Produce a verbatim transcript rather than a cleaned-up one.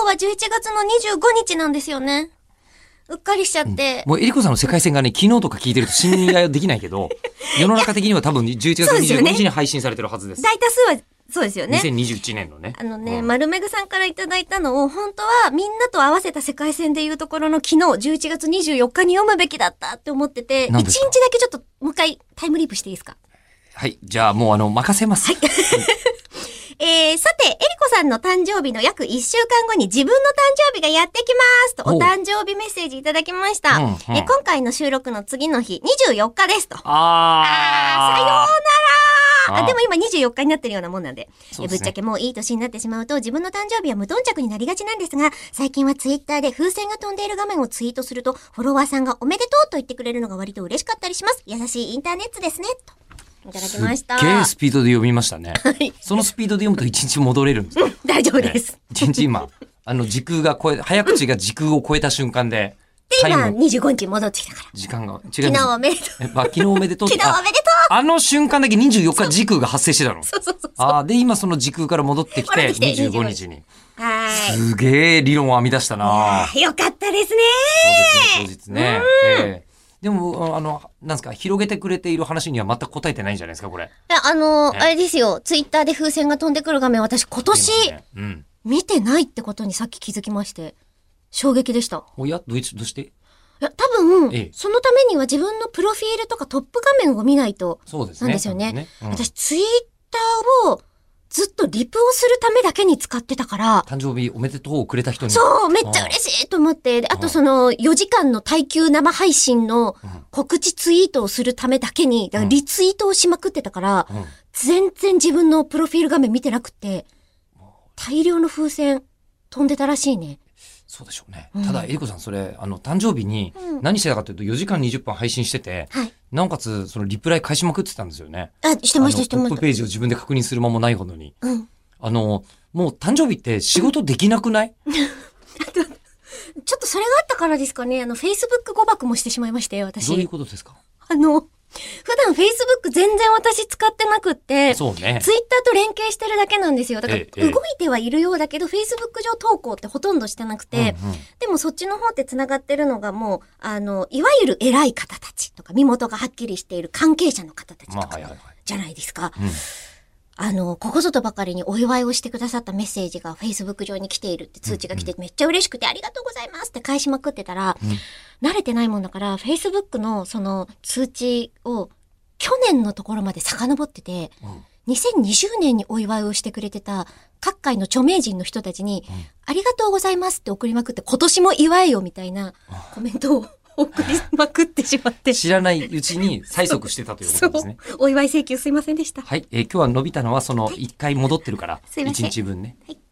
はじゅういちがつのにじゅうごにちなんですよね。うっかりしちゃって。 うん、もうえりこさんの世界線がね、昨日とか聞いてると信頼はできないけど、世の中的には多分じゅういちがつにじゅうごにちに配信されてるはずです。 大多数はそうですよね。 にせんにじゅういちねんのね。 あのね、 うん、 丸めぐさんからいただいたのを、本当はみんなと合わせた世界線でいうところの昨日、じゅういちがつにじゅうよっかに読むべきだったって思ってて、いちにちだけちょっともう一回タイムリープしていいですか？ はい。じゃあもうあの、任せます。はい。 えー、さて、えりこさんの誕生日の約いっしゅうかんごに自分の誕生日がやってきますとお誕生日メッセージいただきました。うんうん、え今回の収録の次の日、にじゅうよっかですと。あー。あー、さようなら。あでも今にじゅうよっかになってるようなもんなんで、でね、ぶっちゃけもういい年になってしまうと自分の誕生日は無頓着になりがちなんですが、最近はツイッターで風船が飛んでいる画面をツイートするとフォロワーさんがおめでとうと言ってくれるのが割と嬉しかったりします。優しいインターネットですねといただきました。 すっげースピードで読みましたね。はい、そのスピードで読むと一日戻れるんですか？うん、 大丈夫です。 一、ね、日今あの時空が超え早口が時空を超えた瞬間で。 で、今、にじゅうごにち戻ってきたから。 時間が、違う。 昨日おめでとう。 あ、昨日おめでとう。 昨日おめでとう。 あの瞬間だけにじゅうよっか時空が発生してたの。 そうそうそうそう。 あで、今その時空から戻ってきて、にじゅうごにちに。 はい。 すげえ理論を編み出したな。 よかったですね。 そうですね、当日ね。えー、でも、あの、なんですか、広げてくれている話には全く答えてないんじゃないですか、これ。いや、あの、ね、あれですよ。ツイッターで風船が飛んでくる画面、私今年、ねうん、見てないってことにさっき気づきまして、衝撃でした。 おや、どうどうしていや、多分、ええ、そのためには自分のプロフィールとかトップ画面を見ないと。そうですね。なんですよね。ねうん、私、ツイッターをずっとリプをするためだけに使ってたから。 誕生日おめでとうをくれた人に。 そう、めっちゃ嬉しいと思って。で、あとそのよじかんの耐久生配信の告知ツイートをするためだけに、だからリツイートをしまくってたから、うん、全然自分のプロフィール画面見てなくて、大量の風船飛んでたらしいね。 そうでしょうね。うん、ただ、えりこさん、それ、あの、誕生日に何してたかというと、よじかんにじゅっぷん配信してて、はい、なおかつ、そのリプライ返しまくってたんですよね。 あ、してました、してました。 トップページを自分で確認する間もないほどに。うん、あの、もう誕生日って仕事できなくない？うん、ちょっとそれがあったからですかね。あの、Facebook 誤爆もしてしまいまして、私。 どういうことですか？ あの、普段 Facebook 全然私使ってなくって、 そうね。 Twitter と連携してるだけなんですよ。だから動いてはいるようだけど、ええ、Facebook 上投稿ってほとんどしてなくて、うんうん、でもそっちの方って繋がってるのがもう、あの、いわゆる偉い方たちとか、身元がはっきりしている関係者の方たちとか、じゃないですか。うん、あの、ここぞとばかりにお祝いをしてくださったメッセージが Facebook 上に来ているって通知が来て、めっちゃ嬉しくてありがとうございますって返しまくってたら、うん慣れてないもんだから、Facebook のその通知を去年のところまで遡ってて、うん、にせんにじゅうねんにお祝いをしてくれてた各界の著名人の人たちに、うん、ありがとうございますって送りまくって、今年も祝えよみたいなコメントを送りまくってしまって。 知らないうちに催促してたということですね。 お祝い請求すいませんでした。 はい、えー、今日は伸びたのはそのいっかい戻ってるから、はい、いちにちぶんね。はい